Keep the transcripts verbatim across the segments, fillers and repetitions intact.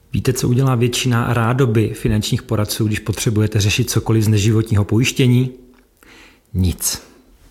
Víte, co udělá většina rádoby finančních poradců, když potřebujete řešit cokoliv z neživotního pojištění? Nic.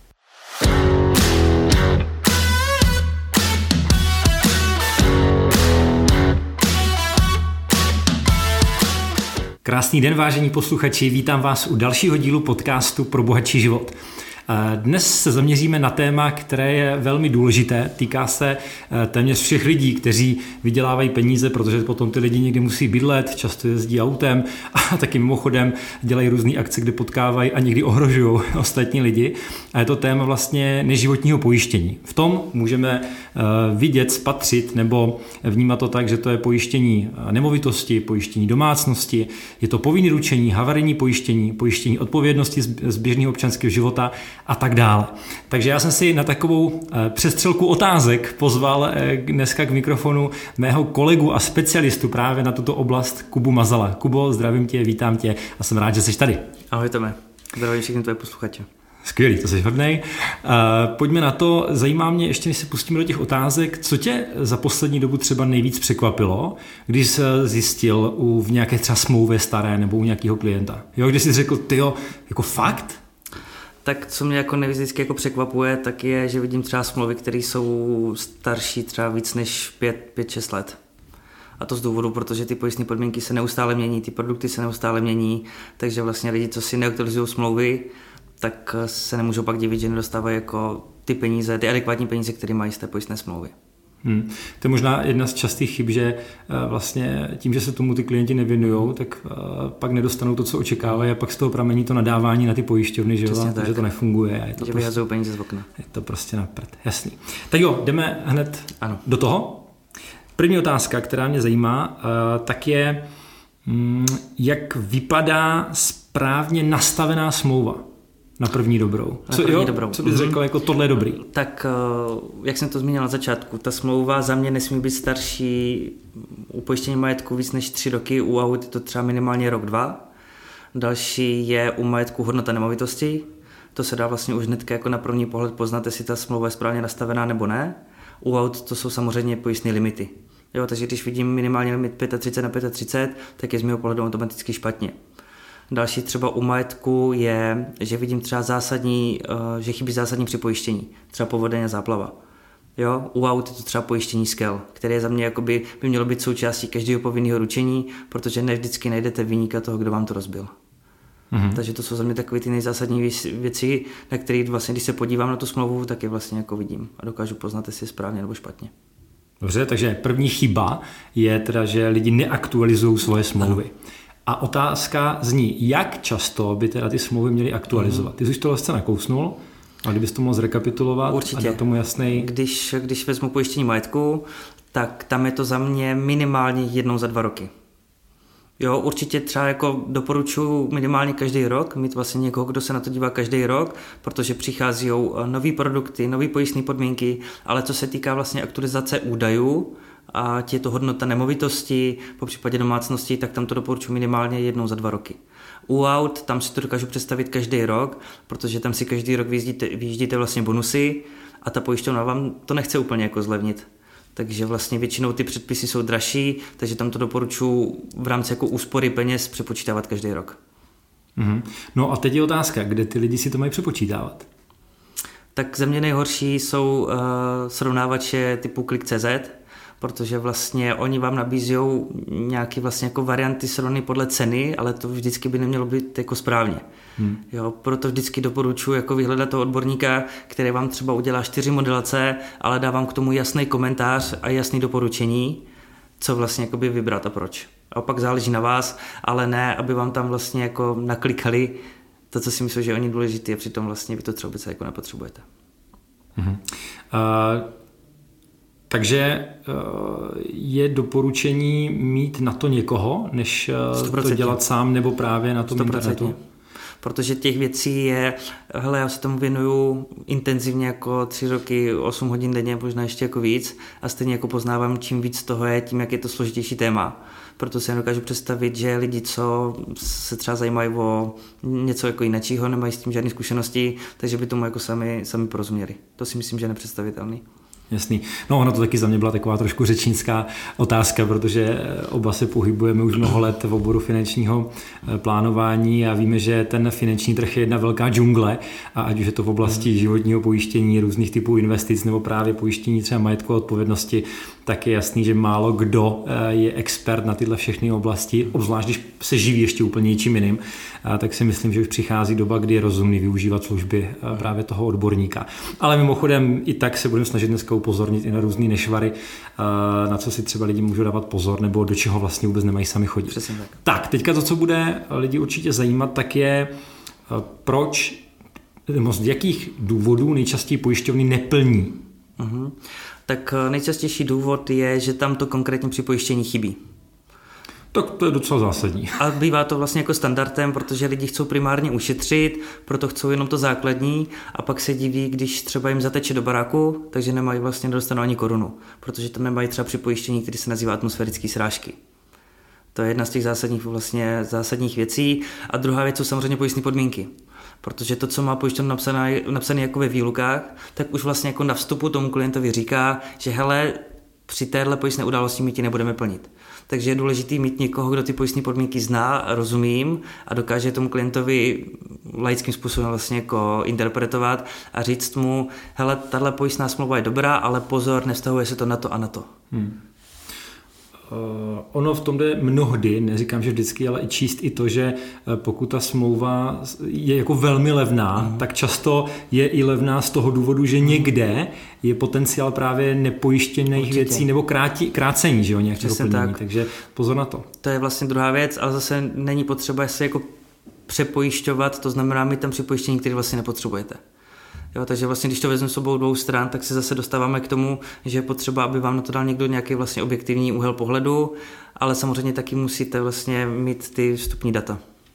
Krásný den, vážení posluchači, vítám vás u dalšího dílu podcastu Pro bohatší život. Dnes se zaměříme na téma, které je velmi důležité. Týká se téměř všech lidí, kteří vydělávají peníze, protože potom ty lidi někdy musí bydlet, často jezdí autem a taky mimochodem dělají různé akce, kde potkávají a někdy ohrožují ostatní lidi. A je to téma vlastně neživotního pojištění. V tom můžeme vidět, spatřit nebo vnímat to tak, že to je pojištění nemovitosti, pojištění domácnosti, je to povinné ručení, havarijní pojištění, pojištění odpovědnosti z běžného občanského života a tak dále. Takže já jsem si na takovou přestřelku otázek pozval dneska k mikrofonu mého kolegu a specialistu právě na tuto oblast Kubu Mazala. Kubo, zdravím tě, vítám tě a jsem rád, že jsi tady. Ahoj Tome, zdravím všechny tvoje posluchače. Skvělý, to jsi hodnej. Pojďme na to, zajímá mě, ještě než se pustíme do těch otázek, co tě za poslední dobu třeba nejvíc překvapilo, když jsi zjistil u v nějaké třeba smlouvě staré nebo u nějakého klienta. Jo, když jsi řekl, tyjo, jako fakt? Tak co mě jako nejvíc vždycky jako překvapuje, tak je, že vidím třeba smlouvy, které jsou starší třeba víc než pět šest let. A to z důvodu, protože ty pojistné podmínky se neustále mění, ty produkty se neustále mění, takže vlastně lidi, co si neaktualizují smlouvy, tak se nemůžou pak divit, že nedostávají jako ty peníze, ty adekvátní peníze, které mají z té pojistné smlouvy. Hmm. To je možná jedna z častých chyb, že vlastně tím, že se tomu ty klienti nevěnují, tak pak nedostanou to, co očekávají a pak z toho pramení to nadávání na ty pojišťovny, že, že to nefunguje. A je to že prostě, vyhazují peníze z okna. Je to prostě na prd. Jasný. Tak jo, jdeme hned ano. do toho. První otázka, která mě zajímá, tak je, jak vypadá správně nastavená smlouva. Na první dobrou. Na Co, první jo, dobrou. co bys řekl, jako tohle je dobrý? Tak, jak jsem to zmínil na začátku, ta smlouva za mě nesmí být starší u pojištění majetku víc než tři roky, u aut je to třeba minimálně rok, dva. Další je u majetku hodnota nemovitosti. To se dá vlastně už hnedka jako na první pohled poznat, jestli ta smlouva je správně nastavená nebo ne. U aut to jsou samozřejmě pojistné limity. Jo, takže když vidím minimálně limit třicet pět na třicet pět, tak je z mého pohledu automaticky špatně. Další třeba u majetku je, že vidím třeba zásadní, že chybí zásadní připojištění, třeba povodeň a záplava. Jo, u aut je to třeba pojištění skel, které za mě jakoby by mělo být součástí každého povinného ručení, protože ne vždycky najdete viníka toho, kdo vám to rozbil. Mm-hmm. Takže to jsou za mě takové ty nejzásadní věci, na které vlastně, když se podívám na tu smlouvu, tak je vlastně jako vidím a dokážu poznat, jestli je správně nebo špatně. Dobře, takže první chyba je teda, že lidi neaktualizují svoje smlouvy. Ano. A otázka zní, jak často by teda ty smlouvy měly aktualizovat. Ty jsi už to lehce nakousnul, a kdybys to mohl zrekapitulovat. Určitě. A dát tomu jasnej... Když, když vezmu pojištění majetku, tak tam je to za mě minimálně jednou za dva roky. Jo, určitě třeba jako doporučuji minimálně každý rok, mít vlastně někoho, kdo se na to dívá každý rok, protože přichází nový produkty, nový pojistné podmínky, ale co se týká vlastně aktualizace údajů, a je to hodnota nemovitosti, po případě domácnosti, tak tam to doporučuji minimálně jednou za dva roky. U aut, tam si to dokážu představit každý rok, protože tam si každý rok vyjíždíte, vyjíždíte vlastně bonusy a ta pojišťovna vám to nechce úplně jako zlevnit. Takže vlastně většinou ty předpisy jsou dražší, takže tam to doporučuji v rámci jako úspory peněz přepočítávat každý rok. Mm-hmm. No a teď je otázka, kde ty lidi si to mají přepočítávat? Tak za mě nejhorší jsou uh, srovnávače typu Klik tečka cé zet, protože vlastně oni vám nabízí nějaké vlastně jako varianty srovnané podle ceny, ale to vždycky by nemělo být jako správně. Hmm. Jo, proto vždycky doporučuji jako vyhledat toho odborníka, který vám třeba udělá čtyři modelace, ale dá vám k tomu jasný komentář a jasný doporučení, co vlastně jakoby vybrat a proč. A pak záleží na vás, ale ne, aby vám tam vlastně jako naklikali to, co si myslím, že je oni důležité, a přitom vlastně vy to třeba vůbec jako nepotřebujete. Hmm. Uh... Takže je doporučení mít na to někoho, než sto procent to dělat sám nebo právě na tom sto procent internetu? Protože těch věcí je, hele, já se tomu věnuju intenzivně jako tři roky, osm hodin denně, možná ještě jako víc a stejně jako poznávám, čím víc toho je, tím, jak je to složitější téma. Proto si dokážu představit, že lidi, co se třeba zajímají o něco jako jiného, nemají s tím žádné zkušenosti, takže by tomu jako sami, sami porozuměli. To si myslím, že je nepředstavitelný. Jasný. No ono to taky za mě byla taková trošku řečnická otázka, protože oba se pohybujeme už mnoho let v oboru finančního plánování a víme, že ten finanční trh je jedna velká džungle a ať už je to v oblasti životního pojištění, různých typů investic nebo právě pojištění třeba majetku a odpovědnosti, tak je jasný, že málo kdo je expert na tyhle všechny oblasti, obzvlášť když se živí ještě úplně něčím jiným, tak si myslím, že už přichází doba, kdy je rozumný využívat služby právě toho odborníka. Ale mimochodem i tak se budeme snažit dneska upozornit i na různý nešvary, na co si třeba lidi můžou dávat pozor nebo do čeho vlastně vůbec nemají sami chodit. Přesně tak. Tak, teďka to, co bude lidi určitě zajímat, tak je proč, z jakých důvodů nejčastěji pojišťovny neplní. Uh-huh. Tak nejčastější důvod je, že tam to konkrétně při pojištění chybí. Tak to je docela zásadní. A bývá to vlastně jako standardem, protože lidi chcou primárně ušetřit, proto chcou jenom to základní a pak se diví, když třeba jim zateče do baráku, takže nemají vlastně nedostanou ani korunu, protože tam nemají třeba při pojištění, který se nazývá atmosférické srážky. To je jedna z těch zásadních, vlastně zásadních věcí. A druhá věc jsou samozřejmě pojistné podmínky. Protože to, co má pojišťovna napsané, napsané jako ve výlukách, tak už vlastně jako na vstupu tomu klientovi říká, že hele, při téhle pojistné události my ti nebudeme plnit. Takže je důležité mít někoho, kdo ty pojistné podmínky zná, rozumím a dokáže tomu klientovi laickým způsobem vlastně jako interpretovat a říct mu, hele, tahle pojistná smlouva je dobrá, ale pozor, nevztahuje se to na to a na to. Hmm. Uh, ono v tom jde mnohdy, neříkám, že vždycky, ale i číst i to, že pokud ta smlouva je jako velmi levná, mm. tak často je i levná z toho důvodu, že někde je potenciál právě nepojištěných Určitě. věcí nebo krátí, krácení, že jo, nějakého plnění, tak. Takže pozor na to. To je vlastně druhá věc, ale zase není potřeba se jako přepojišťovat, to znamená mít tam připojištění, které vlastně nepotřebujete. Jo, takže vlastně, když to vezmu s obou dvou stran, tak se zase dostáváme k tomu, že je potřeba, aby vám na to dal někdo nějaký vlastně objektivní úhel pohledu, ale samozřejmě taky musíte vlastně mít ty vstupní data.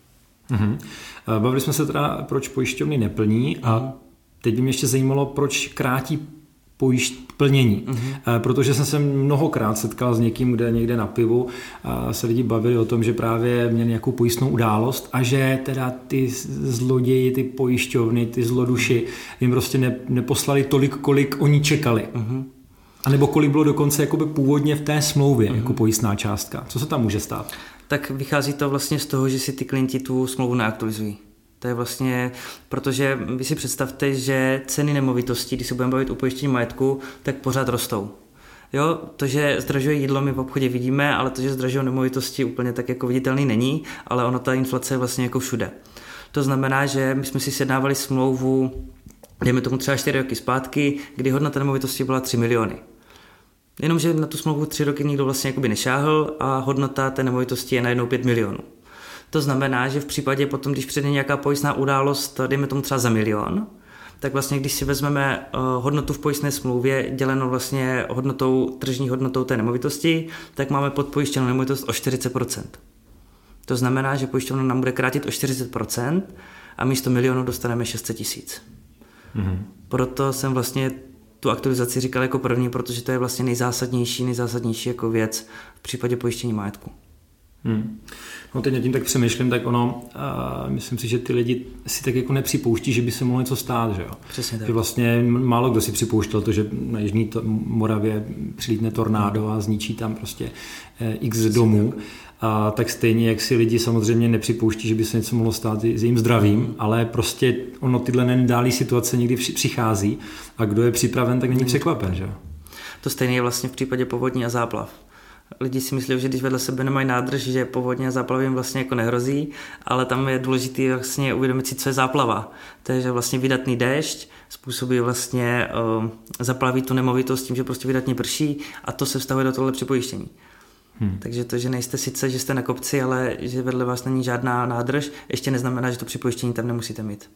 Mhm. Bavili jsme se teda, proč pojišťovny neplní a teď by mě ještě zajímalo, proč krátí pojišť, plnění. Uh-huh. Protože jsem se mnohokrát setkal s někým, kde někde na pivu a se lidi bavili o tom, že právě měli nějakou pojistnou událost a že teda ty zloději, ty pojišťovny, ty zloduši jim prostě ne, neposlali tolik, kolik oni čekali. Uh-huh. A nebo kolik bylo dokonce jakoby původně v té smlouvě uh-huh. jako pojistná částka. Co se tam může stát? Tak vychází to vlastně z toho, že si ty klienti tu smlouvu neaktualizují. To je vlastně, protože vy si představte, že ceny nemovitostí, když se budeme bavit o pojištění majetku, tak pořád rostou. Jo, to, že zdražuje jídlo, my v obchodě vidíme, ale to, že zdražuje nemovitosti, úplně tak jako viditelný není, ale ono, ta inflace je vlastně jako všude. To znamená, že my jsme si sjednávali smlouvu, dejme tomu třeba čtyři roky zpátky, kdy hodnota nemovitosti byla tři miliony. Jenomže na tu smlouvu tři roky nikdo vlastně jakoby nešáhl a hodnota té nemovitosti je najednou pět milionů. To znamená, že v případě potom, když přijde nějaká pojistná událost, dejme tomu třeba za milion, tak vlastně když si vezmeme hodnotu v pojistné smlouvě dělenou vlastně hodnotou, tržní hodnotou té nemovitosti, tak máme podpojištěnou nemovitost o čtyřicet procent. To znamená, že pojišťovna nám bude krátit o čtyřicet procent a místo milionu dostaneme šest set tisíc. Mm-hmm. Proto jsem vlastně tu aktualizaci říkal jako první, protože to je vlastně nejzásadnější, nejzásadnější jako věc v případě pojištění majetku. Hmm. No teď nad tím tak přemýšlím, tak ono, uh, myslím si, že ty lidi si tak jako nepřipouští, že by se mohlo něco stát, že jo? Přesně tak. Že vlastně málo kdo si připouštěl to, že na jižní to, Moravě přilítne tornádo a zničí tam prostě eh, x domů. A tak stejně, jak si lidi samozřejmě nepřipouští, že by se něco mohlo stát s jejím zdravím, hmm. ale prostě ono tyhle nedálé situace někdy přichází a kdo je připraven, tak není hmm. překvapen, že jo? To stejné je vlastně v případě povodní a záplav. Lidi si myslí, že když vedle sebe nemají nádrž, že povodně a záplavy jim vlastně jako nehrozí, ale tam je důležité vlastně uvědomit si, co je záplava. To je, že vlastně vydatný déšť způsobí vlastně uh, zaplaví tu nemovitost tím, že prostě vydatně prší a to se vztahuje do tohle připojištění. Hmm. Takže to, že nejste sice, že jste na kopci, ale že vedle vás není žádná nádrž, ještě neznamená, že to připojištění tam nemusíte mít.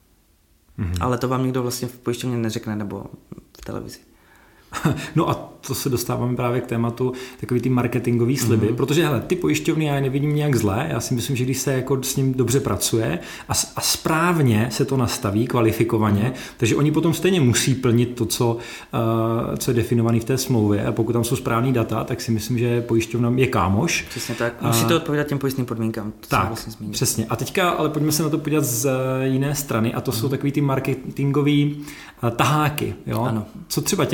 Hmm. Ale to vám nikdo vlastně v pojišťovně neřekne nebo v televizi. No a to se dostáváme právě k tématu takový ty marketingový sliby, mm-hmm. protože hele, ty pojišťovny já je nevidím nějak zlé, já si myslím, že když se jako s ním dobře pracuje a, a správně se to nastaví, kvalifikovaně, mm-hmm. takže oni potom stejně musí plnit to, co, uh, co je definované v té smlouvě a pokud tam jsou správný data, tak si myslím, že pojišťovna je kámoš. Přesně tak, musíte odpovídat těm pojistným podmínkám. To tak, vlastně přesně. A teďka, ale pojďme se na to podívat z jiné strany a to mm-hmm. jsou takový ty marketingový uh, taháky. Jo? Ano. Co třeba tě napadá,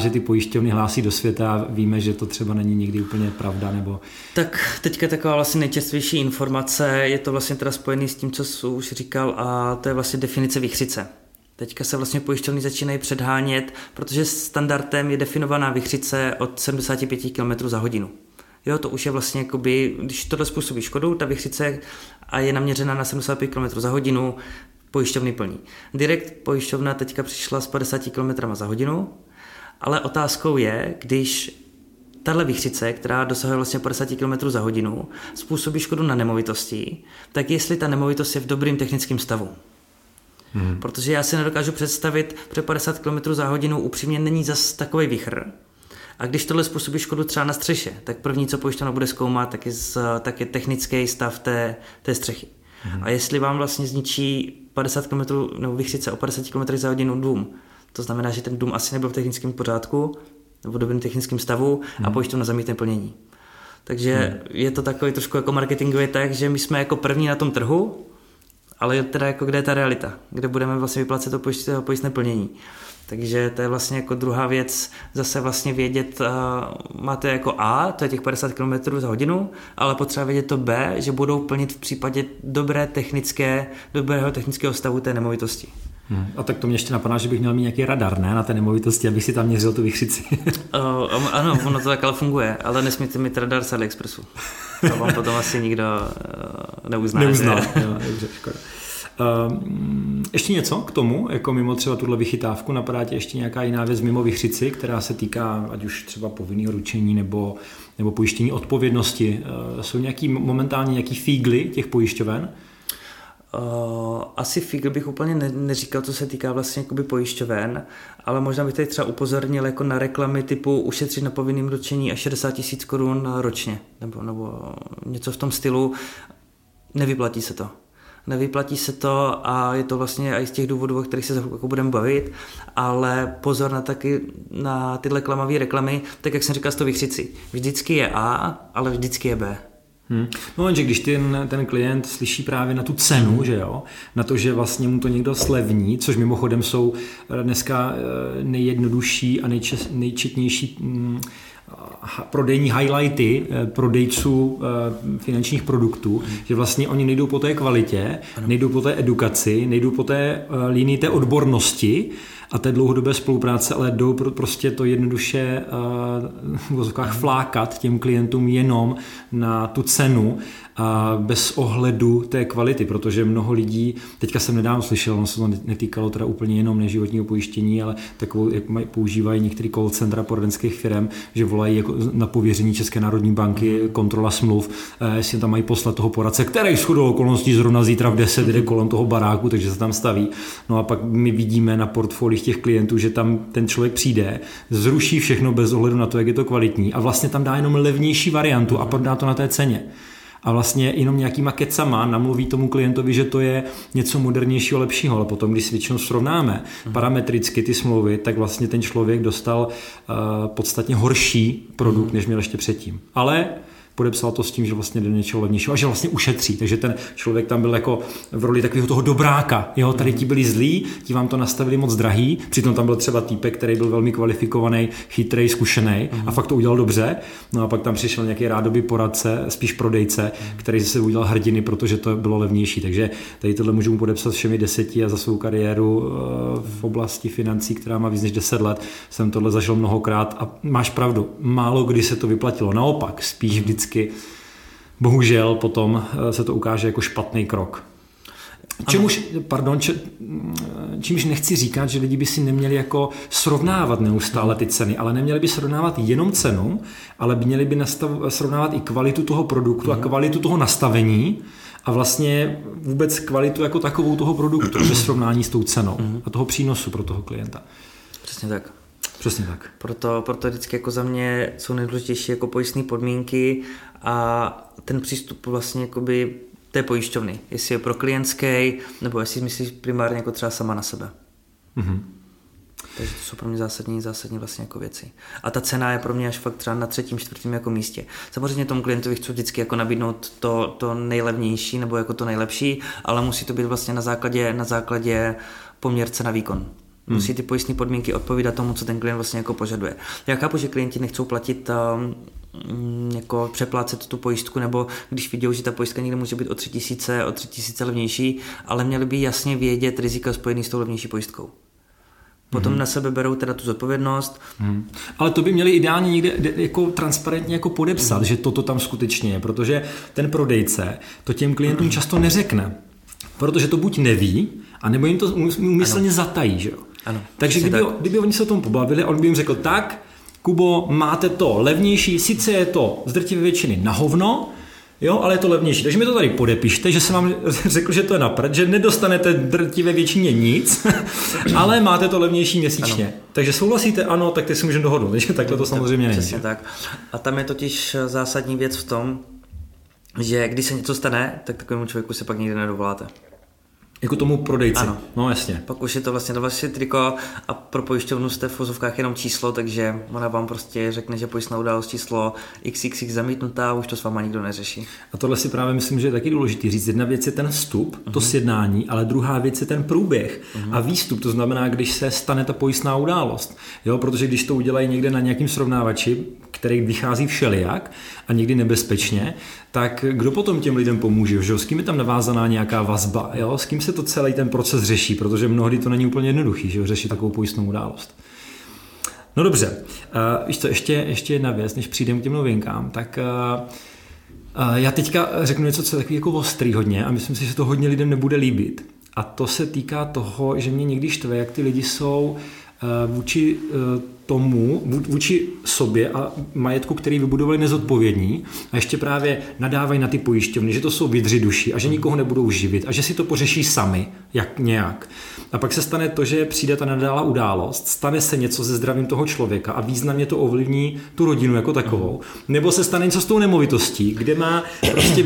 že ty pojišťovny hlásí do světa a víme, že to třeba není nikdy úplně pravda, nebo... Tak teďka taková vlastně nejčastější informace, je to vlastně teda spojený s tím, co jsi už říkal, a to je vlastně definice vichřice. Teďka se vlastně pojišťovny začínají předhánět, protože standardem je definovaná vichřice od sedmdesát pět kilometrů za hodinu. Jo, to už je vlastně jakoby, když tohle způsobí škodu, ta vichřice a je naměřena na sedmdesát pět kilometrů za hodinu, pojišťovny plní. Direkt pojišťovna teďka přišla s padesáti kilometry za hodinu, ale otázkou je, když tahle vichřice, která dosahuje vlastně padesát kilometrů za hodinu, způsobí škodu na nemovitosti, tak jestli ta nemovitost je v dobrým technickém stavu. Hmm. Protože já si nedokážu představit, protože padesát kilometrů za hodinu upřímně není zas takovej vichr. A když tohle způsobí škodu třeba na střeše, tak první, co pojišťovna bude zkoumat, tak je, z, tak je technický stav té, té střechy. Hmm. A jestli vám vlastně zničí padesát kilometrů nebo vichřice o padesát kilometrů za hodinu dům, to znamená, že ten dům asi nebyl v technickém pořádku nebo v dobrém technickém stavu hmm. a pojišťovna zamítne plnění. Takže hmm. je to takový trošku jako marketingový tak, že my jsme jako první na tom trhu, ale teda jako kde je ta realita, kde budeme vlastně vyplácet to pojistné plnění. Takže to je vlastně jako druhá věc, zase vlastně vědět, uh, máte jako A, to je těch padesát kilometrů za hodinu, ale potřeba vědět to B, že budou plnit v případě dobré technické, dobrého technického stavu té nemovitosti. Hmm. A tak to mě ještě napadá, že bych měl mít nějaký radar, ne, na té nemovitosti, abych si tam měřil tu vichřici. uh, ano, ono to tak ale funguje, ale nesmíte mít radar z AliExpressu. To vám potom asi nikdo uh, neuzná. Neuzná, jo, dobře, škoda. Uh, ještě něco k tomu, jako mimo třeba tuhle vychytávku, napadá tě ještě nějaká jiná věc mimo vichřici, která se týká ať už třeba povinného ručení nebo, nebo pojištění odpovědnosti. Uh, jsou nějaký momentálně nějaký fígly těch pojišťoven? Uh, asi fígl bych úplně ne, neříkal, co se týká vlastně jakoby pojišťoven, ale možná bych tady třeba upozornil jako na reklamy typu ušetřit na povinném ručení až šedesát tisíc korun ročně, nebo, nebo něco v tom stylu. Nevyplatí se to. Nevyplatí se to a je to vlastně i z těch důvodů, o kterých se za chvilku budeme bavit, ale pozor na taky na tyhle klamavé reklamy, tak jak jsem říkal s tou vichřici. Vždycky je A, ale vždycky je B. Hmm. No jenže když ten, ten klient slyší právě na tu cenu, že jo, na to, že vlastně mu to někdo slevní, což mimochodem jsou dneska nejjednodušší a nejčes, nejčetnější hm, prodejní highlighty prodejců finančních produktů, že vlastně oni nejdou po té kvalitě, nejdou po té edukaci, nejdou po té linii té odbornosti a té dlouhodobé spolupráce, ale jdou prostě to jednoduše v vozovkách flákat těm klientům jenom na tu cenu a bez ohledu té kvality, protože mnoho lidí, teďka jsem nedávno slyšel, ono se to netýkalo teda úplně jenom neživotního pojištění, ale takovou, jak mají, používají některý call centra poradenských firm, že volají jako na pověření České národní banky, kontrola smluv, jestli tam mají poslat toho poradce, který shodou okolností zrovna zítra v deset jde kolem toho baráku, takže se tam staví. No a pak my vidíme na portfoliích těch klientů, že tam ten člověk přijde, zruší všechno bez ohledu na to, jak je to kvalitní a vlastně tam dá jenom levnější variantu a prodá to na té ceně. A vlastně jenom nějakýma kecama namluví tomu klientovi, že to je něco modernějšího, lepšího, ale potom, když si většinou srovnáme parametricky ty smlouvy, tak vlastně ten člověk dostal uh, podstatně horší produkt, než měl ještě předtím. Ale podepsal to s tím, že vlastně jde něčeho levnějšího a že vlastně ušetří. Takže ten člověk tam byl jako v roli takového toho dobráka. Jo, tady ti byli zlí, ti vám to nastavili moc drahý, přitom tam byl třeba týpek, který byl velmi kvalifikovaný, chytrý, zkušený a fakt to udělal dobře. No a pak tam přišel nějaký rádoby poradce, spíš prodejce, který se udělal hrdiny, protože to bylo levnější. Takže tady tohle můžu mu podepsat všemi deseti a za svou kariéru v oblasti financí, která má víc než deset let, jsem tohle zažil mnohokrát a máš pravdu, málo kdy se to vyplatilo. Naopak, spíš vždycky bohužel potom se to ukáže jako špatný krok. Čemuž, pardon, če, čímž nechci říkat, že lidi by si neměli jako srovnávat neustále ty ceny, ale neměli by srovnávat jenom cenu, ale by měli by nastav, srovnávat i kvalitu toho produktu mm. a kvalitu toho nastavení a vlastně vůbec kvalitu jako takovou toho produktu ve srovnání s tou cenou mm. a toho přínosu pro toho klienta. Přesně tak. Přesně tak. Proto, proto vždycky jako za mě jsou nejdůležitější jako pojistné podmínky a ten přístup vlastně jakoby té pojišťovny, jestli je pro klientský, nebo jestli myslíš primárně jako třeba sama na sebe. Mm-hmm. Takže to jsou pro mě zásadní, zásadní vlastně jako věci. A ta cena je pro mě až fakt třeba na třetím, čtvrtém jako místě. Samozřejmě tomu klientovi chci vždycky jako nabídnout to, to nejlevnější nebo jako to nejlepší, ale musí to být vlastně na základě, na základě poměr cena výkon. Musí ty pojistné podmínky odpovídat tomu, co ten klient vlastně jako požaduje. Já chápu, že klienti nechcou platit um, jako přeplácet tu pojistku, nebo když vidí, že ta pojistka někde může být o tři tisíce, o tři tisíce levnější, ale měli by jasně vědět rizika spojený s tou levnější pojistkou. Potom hmm. na sebe berou teda tu zodpovědnost. Hmm. Ale to by měli ideálně někde jako transparentně jako podepsat, hmm. že toto tam skutečně je, protože ten prodejce to těm klientům hmm. často neřekne, protože to buď neví, anebo jim to úmyslně ano. zatají, že jo. Ano, takže kdyby, tak. kdyby oni se o tom pobavili a on by jim řekl, tak, Kubo, máte to levnější, sice je to z drtivé většiny na hovno, jo, ale je to levnější. Takže mi to tady podepište, že jsem vám řekl, že to je na prd, že nedostanete drtivé většině nic, ale máte to levnější měsíčně. Ano. Takže souhlasíte, ano, tak teď si můžeme dohodnout. Takže takhle to samozřejmě není. Přesně tak. A tam je totiž zásadní věc v tom, že když se něco stane, tak takovému člověku se pak nikdy nedovoláte. Jako tomu prodejci. Ano. No jasně. Pak už je to vlastně vaše triko a pro pojišťovnu jste v vozovkách jenom číslo, takže ona vám prostě řekne, že pojistná událost číslo iks iks iks zamítnutá, už to s váma nikdo neřeší. A tohle si právě myslím, že je taky důležitý říct. Jedna věc je ten vstup, uh-huh. to sjednání, ale druhá věc je ten průběh uh-huh. a výstup, to znamená, když se stane ta pojistná událost. Jo, protože když to udělají někde na nějakým srovnávači, který vychází všelijak a někdy nebezpečně, tak kdo potom těm lidem pomůže, že? S kým je tam navázaná nějaká vazba, jo? S kým se to celý ten proces řeší, protože mnohdy to není úplně jednoduchý, že? Řešit takovou pojistnou událost. No dobře, uh, víš co, ještě, ještě jedna věc, než přijdeme k těm novinkám, tak uh, uh, já teďka řeknu něco, co je takový jako ostrý hodně a myslím si, že to hodně lidem nebude líbit. A to se týká toho, že mě někdy štve, jak ty lidi jsou uh, vůči uh, tomu, vůči sobě a majetku, který vybudovali, nezodpovědní a ještě právě nadávají na ty pojišťovny, že to jsou vydři duší a že nikoho nebudou živit a že si to pořeší sami, jak nějak. A pak se stane to, že přijde ta nadálá událost, stane se něco se zdravím toho člověka a významně to ovlivní tu rodinu jako takovou. Nebo se stane něco s tou nemovitostí, kde má prostě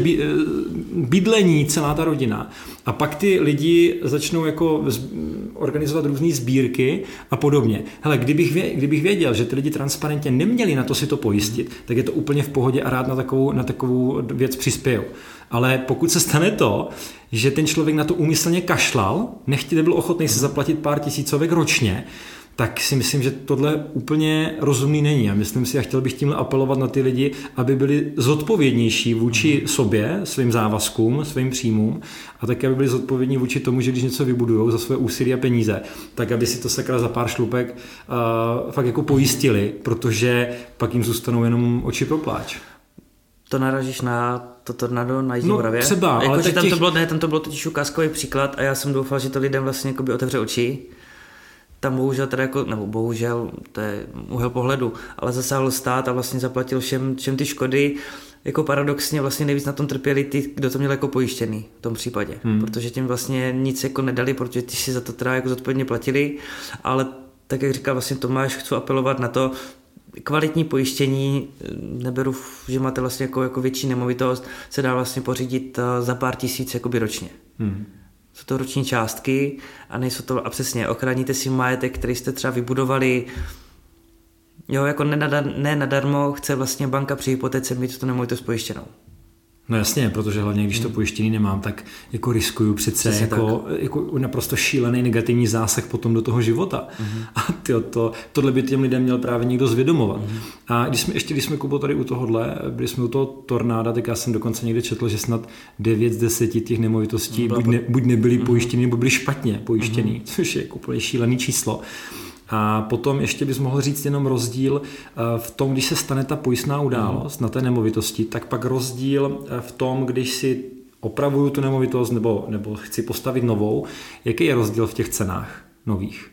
bydlení celá ta rodina. A pak ty lidi začnou jako organizovat různé sbírky a podobně. Hele, kdybych, vě, kdybych věděl, že ty lidi transparentně neměli na to si to pojistit, tak je to úplně v pohodě a rád na takovou, na takovou věc přispěju. Ale pokud se stane to, že ten člověk na to úmyslně kašlal, nechtě nebyl ochotný si zaplatit pár tisícovek ročně, tak si myslím, že tohle úplně rozumný není. A myslím si, a chtěl bych tímhle apelovat na ty lidi, aby byli zodpovědnější vůči sobě, svým závazkům, svým příjmům a také, aby byli zodpovědní vůči tomu, že když něco vybudujou za své úsilí a peníze, tak aby si to sakra za pár šlupek uh, fakt jako pojistili, protože pak jim zůstanou jenom oči pro pláč. To naražíš na to tornado na Jižní Moravě? No třeba, jako, ale že tam těch... to bylo, ne, tam to bylo totiž ukázkový příklad a já jsem doufal, že to lidem vlastně jakoby otevře oči. Tam bohužel teda jako, nebo bohužel, to je úhel pohledu, ale zasáhl stát a vlastně zaplatil všem, všem ty škody. Jako paradoxně vlastně nejvíc na tom trpěli ty, kdo to měl jako pojištěný v tom případě, hmm. protože tím vlastně nic jako nedali, protože ty si za to teda jako zodpovědně platili, ale tak jak říkal vlastně Tomáš, chci apelovat na to, kvalitní pojištění, neberu, že máte vlastně jako, jako větší nemovitost, se dá vlastně pořídit za pár tisíc jakoby ročně. Hmm. Jsou to roční částky a nejsou to, a přesně, ochráníte si majetek, který jste třeba vybudovali, jo, jako ne nadarmo chce vlastně banka při hypotéce mít tu nemovitost pojištěnou. No jasně, protože hlavně když to pojištění nemám, tak jako riskuju přece jako, jako naprosto šílený negativní zásah potom do toho života. Mm-hmm. A tyjo, to, tohle by těm lidem měl právě někdo zvědomovat. Mm-hmm. A když jsme, ještě když jsme, Kubo, tady u tohohle, byli jsme u toho tornáda, tak já jsem dokonce někde četl, že snad devět z deseti těch nemovitostí buď, ne, buď nebyly mm-hmm. pojištěny, nebo byly špatně pojištěny, mm-hmm. což je jako úplně šílený číslo. A potom ještě bys mohl říct jenom rozdíl v tom, když se stane ta pojistná událost mm. na té nemovitosti, tak pak rozdíl v tom, když si opravuju tu nemovitost nebo, nebo chci postavit novou, jaký je rozdíl v těch cenách nových?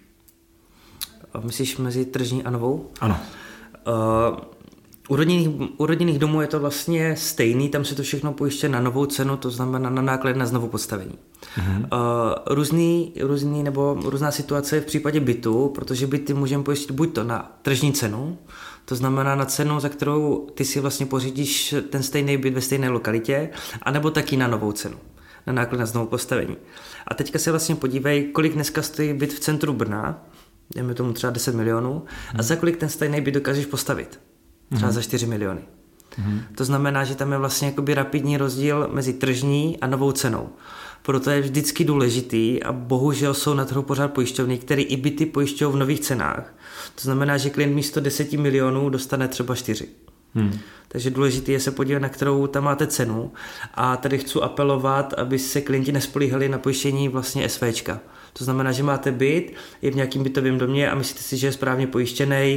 Myslíš mezi tržní a novou? Ano. Uh, u, rodinných, u rodinných domů je to vlastně stejný, tam se to všechno pojišťuje na novou cenu, to znamená na náklad na znovu postavení. Uh-huh. Uh, různý, různý nebo různá situace je v případě bytu, protože byty můžeme pojistit buď to na tržní cenu, to znamená na cenu, za kterou ty si vlastně pořídíš ten stejný byt ve stejné lokalitě, anebo taky na novou cenu, na náklad na znovu postavení. A teďka se vlastně podívej, kolik dneska stojí byt v centru Brna, dejme tomu třeba deset milionů, uh-huh. a za kolik ten stejný byt dokážeš postavit. Třeba uh-huh. za čtyři miliony. Hmm. To znamená, že tam je vlastně jakoby rapidní rozdíl mezi tržní a novou cenou. Proto je vždycky důležitý a bohužel jsou na trhu pořád pojišťovny, které i byty pojišťují v nových cenách. To znamená, že klient místo deset milionů dostane třeba čtyři. Hmm. Takže důležité je se podívat, na kterou tam máte cenu, a tady chci apelovat, aby se klienti nespolíhali na pojištění vlastně SVčka. To znamená, že máte byt, je v nějakým bytovém domě a myslíte si, že je správně pojištěný.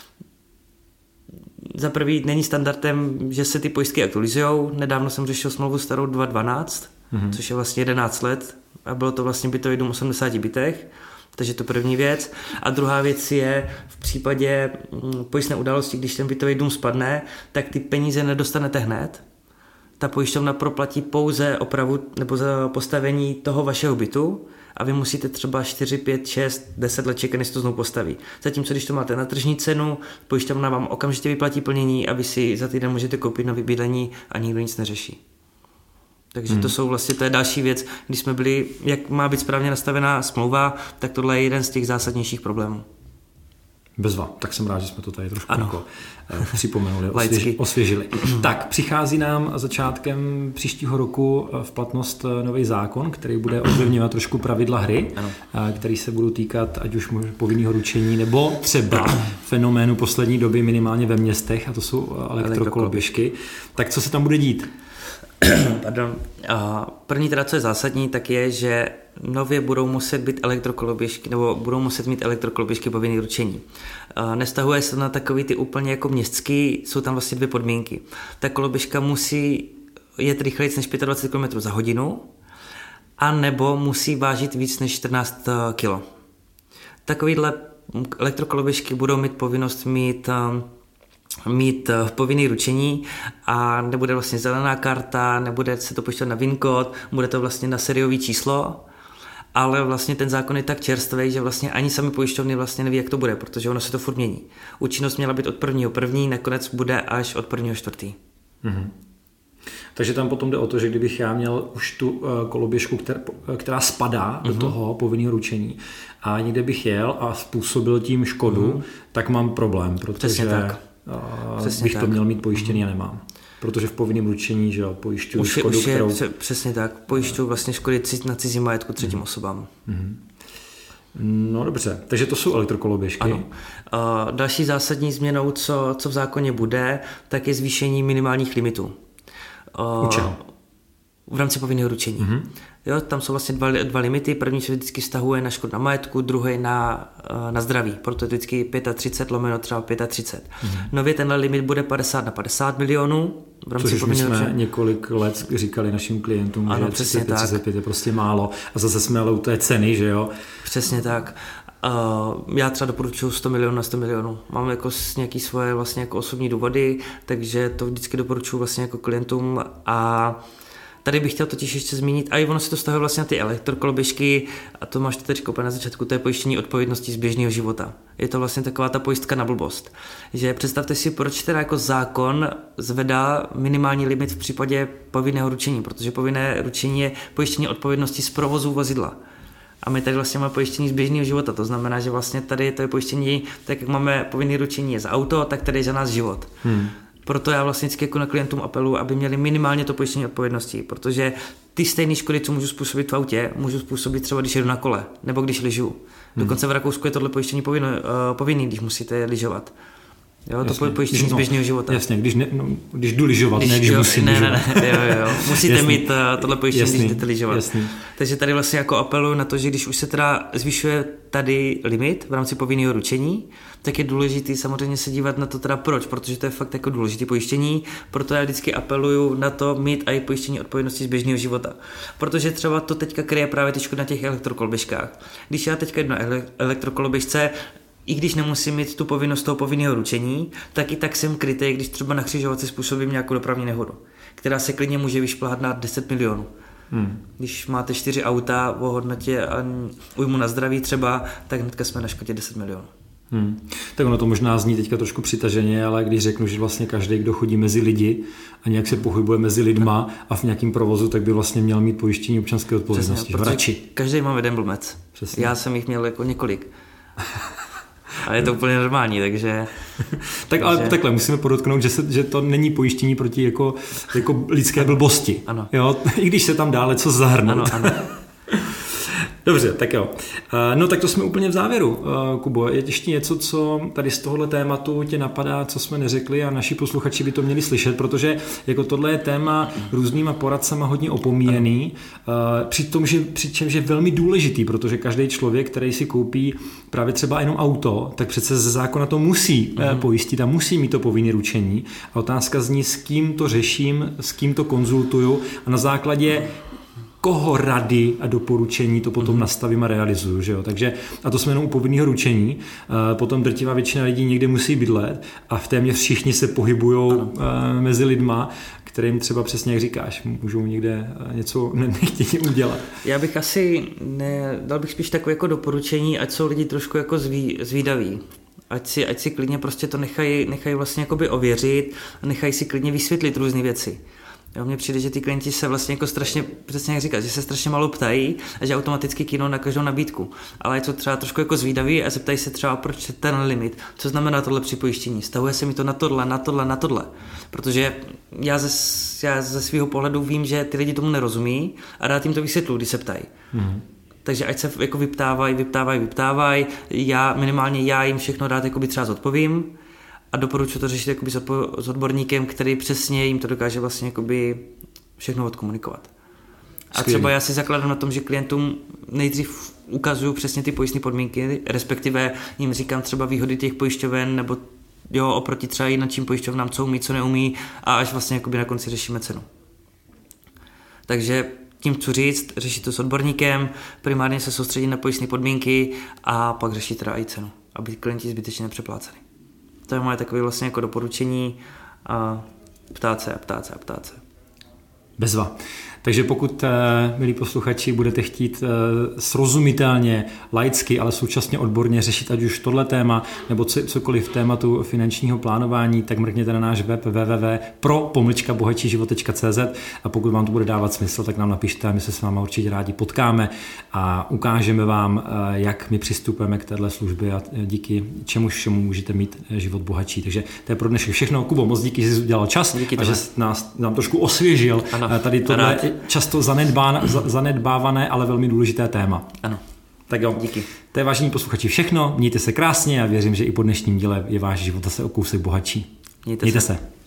Za prvý není standardem, že se ty pojistky aktualizujou. Nedávno jsem řešil smlouvu starou dva tisíce dvanáct, hmm. což je vlastně jedenáct let, a bylo to vlastně bytový dům v osmdesáti bytech. Takže to první věc. A druhá věc je, v případě pojistné události, když ten bytový dům spadne, tak ty peníze nedostanete hned. Ta pojišťovna proplatí pouze opravu nebo za postavení toho vašeho bytu a vy musíte třeba čtyři, pět, šest, deset let čekat, než to znovu postaví. Zatímco když to máte na tržní cenu, pojišťovna vám okamžitě vyplatí plnění a vy si za týden můžete koupit nový bydlení a nikdo nic neřeší. Takže hmm. to jsou vlastně, to je další věc, když jsme byli, jak má být správně nastavená smlouva, tak tohle je jeden z těch zásadnějších problémů. Bezva, tak jsem rád, že jsme to tady trošku jako, eh, připomenuli, osvěži, osvěžili. Tak, přichází nám začátkem příštího roku v platnost nový zákon, který bude ovlivňovat trošku pravidla hry, ano. který se budou týkat ať už povinného ručení, nebo třeba fenoménu poslední doby minimálně ve městech, a to jsou elektrokoloběžky. Tak co se tam bude dít? Pardon. První teda, co je zásadní, tak je, že nově budou muset být elektrokoloběžky, nebo budou muset mít elektrokoloběžky povinný ručení. Nestahuje se na takový ty úplně jako městský, jsou tam vlastně dvě podmínky. Ta koloběžka musí jet rychleji než dvacet pět kilometrů za hodinu, a nebo musí vážit víc než čtrnáct kilo. Takovýhle elektrokoloběžky budou mít povinnost mít mít povinný ručení a nebude vlastně zelená karta, nebude se to počítat na V I N kód, bude to vlastně na sériový číslo, ale vlastně ten zákon je tak čerstvý, že vlastně ani sami pojišťovny vlastně neví, jak to bude, protože ono se to furt mění. Účinnost měla být od prvního první, nakonec bude až od prvního čtvrtý. Mm-hmm. Takže tam potom jde o to, že kdybych já měl už tu uh, koloběžku, která, která spadá mm-hmm. do toho povinného ručení a někde bych jel a způsobil tím škodu, mm-hmm. tak mám problém, protože tak. Uh, bych tak. to měl mít pojištěný mm-hmm. a nemám. Protože v povinném ručení, že jo, pojišťuju už škodu, už je, kterou... Přesně tak, pojišťuju vlastně škody na cizí majetku třetím mm-hmm. osobám. Mm-hmm. No dobře, takže to jsou elektrokoloběžky. Ano. Uh, další zásadní změnou, co, co v zákoně bude, tak je zvýšení minimálních limitů. Uh, U čeho? V rámci povinného ručení. Mm-hmm. Jo, tam jsou vlastně dva, dva limity. První se vždycky vztahuje na škodu na majetku, druhý na, na zdraví. Proto je vždycky třicet pět lomeno třeba třicet pět. Mm-hmm. Nově tenhle limit bude padesát na padesát milionů. V rámci Což my jsme ručení. Několik let říkali našim klientům, ano, že třicet pět třicet pět je prostě málo. A zase jsme ale u té ceny, že jo? Přesně tak. Uh, já třeba doporučuji sto milionů na sto milionů. Mám jako nějaké svoje vlastně jako osobní důvody, takže to vždycky doporučuji vlastně jako klientům. A tady bych chtěl totiž ještě zmínit, a i ono se to stahuje vlastně na ty elektrokoloběžky, a to máš to teď koupit na začátku, to je pojištění odpovědnosti z běžného života. Je to vlastně taková ta pojistka na blbost. Že představte si, proč teda jako zákon zvedá minimální limit v případě povinného ručení, protože povinné ručení je pojištění odpovědnosti z provozu vozidla. A my tady vlastně máme pojištění z běžného života, to znamená, že vlastně tady to je pojištění, tak jak máme povinné ručení je za auto, tak tady je za nás život. Hmm. Proto já vlastně vždycky jako na klientům apeluji, aby měli minimálně to pojištění odpovědnosti, protože ty stejné škody, co můžu způsobit v autě, můžu způsobit třeba, když jedu na kole, nebo když lyžuju. Dokonce v Rakousku je tohle pojištění povinný, uh, povinný, když musíte lyžovat. Jo, jasně, to pojištění z běžného života. Jasně, když, ne, no, když jdu lyžovat, když, ne když jo, musím ne, lyžovat. Ne, ne, jo, jo, musíte jasný. mít uh, tohle pojištění, jasný. když jdete lyžovat. Jasný. Takže tady vlastně jako apeluju na to, že když už se teda zvyšuje tady limit v rámci povinného ručení, tak je důležitý samozřejmě se dívat na to teda proč, protože to je fakt jako důležité pojištění, proto já vždycky apeluju na to mít i pojištění odpovědnosti z běžného života. Protože třeba to teďka kryje právě ty škody na těch elektrokoloběžkách. Když já teďka jdu na elektrokoloběžce, i když nemusím mít tu povinnost toho povinného ručení, tak i tak jsem krytý, když třeba na křižovatce způsobím nějakou dopravní nehodu, která se klidně může vyšplhat na deset milionů. Hmm. Když máte čtyři auta o hodnotě a ujmu na zdraví třeba, tak hnedka jsme na škodě deset milionů. Hmm. Tak ono to možná zní teďka trošku přitaženě, ale když řeknu, že vlastně každý, kdo chodí mezi lidi a nějak se pohybuje mezi lidma a v nějakém provozu, tak by vlastně měl mít pojištění občanské odpovědnosti. Každý máme jeden blbec. Přesně. Já jsem jich měl jako několik. A je to úplně normální, takže Tak ale takhle musíme podotknout, že, se, že to není pojištění proti jako, jako lidské blbosti. Ano. Jo? I když se tam dále co zahrnout. Ano, ano. Dobře, tak jo. No tak to jsme úplně v závěru, Kubo. Je ještě něco, co tady z tohohle tématu tě napadá, co jsme neřekli a naši posluchači by to měli slyšet, protože jako tohle je téma různýma poradcema hodně opomíjený, přitom, že, přičemž je velmi důležitý, protože každý člověk, který si koupí právě třeba jenom auto, tak přece ze zákona to musí uh-huh. pojistit a musí mít to povinné ručení. A otázka zní, s kým to řeším, s kým to konzultuju a na základě koho rady a doporučení to potom mm-hmm. nastavím a realizuju. Že jo? Takže, a to jsme jenom u povinného ručení. Potom drtivá většina lidí někde musí bydlet a v téměř všichni se pohybujou mezi lidma, kterým třeba přesně, jak říkáš, můžou někde něco nechtěně udělat. Já bych asi, ne, dal bych spíš takové jako doporučení, ať jsou lidi trošku jako zví, zvídaví. Ať si, ať si klidně prostě to nechají, nechají vlastně jakoby ověřit a nechají si klidně vysvětlit různé věci. Jo, mně přijde, že ty klienti se vlastně jako strašně, přesně jak říkat, že se strašně málo ptají a že automaticky kynou na každou nabídku. Ale je to třeba trošku jako zvídaví a zeptají se třeba, proč je ten limit, co znamená tohle připojištění, stahuje se mi to na tohle, na tohle, na tohle. Protože já ze, já ze svého pohledu vím, že ty lidi tomu nerozumí a rád jim to vysvětlu, když se ptají. Hmm. Takže ať se jako vyptávají, vyptávají, vyptávají, já, minimálně já jim všechno rád jakoby třeba zodpovím. A doporučuji to řešit jakoby s odborníkem, který přesně jim to dokáže vlastně jakoby všechno odkomunikovat. A Skvělý. Třeba já si zakládám na tom, že klientům nejdřív ukazuju přesně ty pojistné podmínky, respektive jim říkám třeba výhody těch pojišťoven, nebo jo, oproti třeba jiným pojišťovnám, co umí, co neumí, a až vlastně jakoby na konci řešíme cenu. Takže tím chci říct, řešit to s odborníkem, primárně se soustředit na pojistné podmínky a pak řešit teda i cenu, aby klienti zbytečně nepřepláceli. To je moje takové vlastně jako doporučení a ptát se a ptát se a ptát se. Bezva. Takže pokud, milí posluchači, budete chtít srozumitelně, laicky, ale současně odborně řešit ať už tohle téma nebo cokoliv v tématu finančního plánování, tak mrkněte na náš web w w w tečka pro pomlčka bohatší život tečka c z a pokud vám to bude dávat smysl, tak nám napište a my se s váma určitě rádi potkáme a ukážeme vám, jak my přistupujeme k téhle službě a díky čemu všemu můžete mít život bohatší. Takže to je pro dnešek všechno. Kubo, moc díky, že jsi udělal čas díky a že nás, nám trošku osvěžil ano, tady tohle často zanedbán, zanedbávané, ale velmi důležité téma. Ano. Tak jo, díky. To je, vážení posluchači, všechno. Mějte se krásně a věřím, že i po dnešním díle je váš život zase o kousek bohatší. Mějte, Mějte se. se.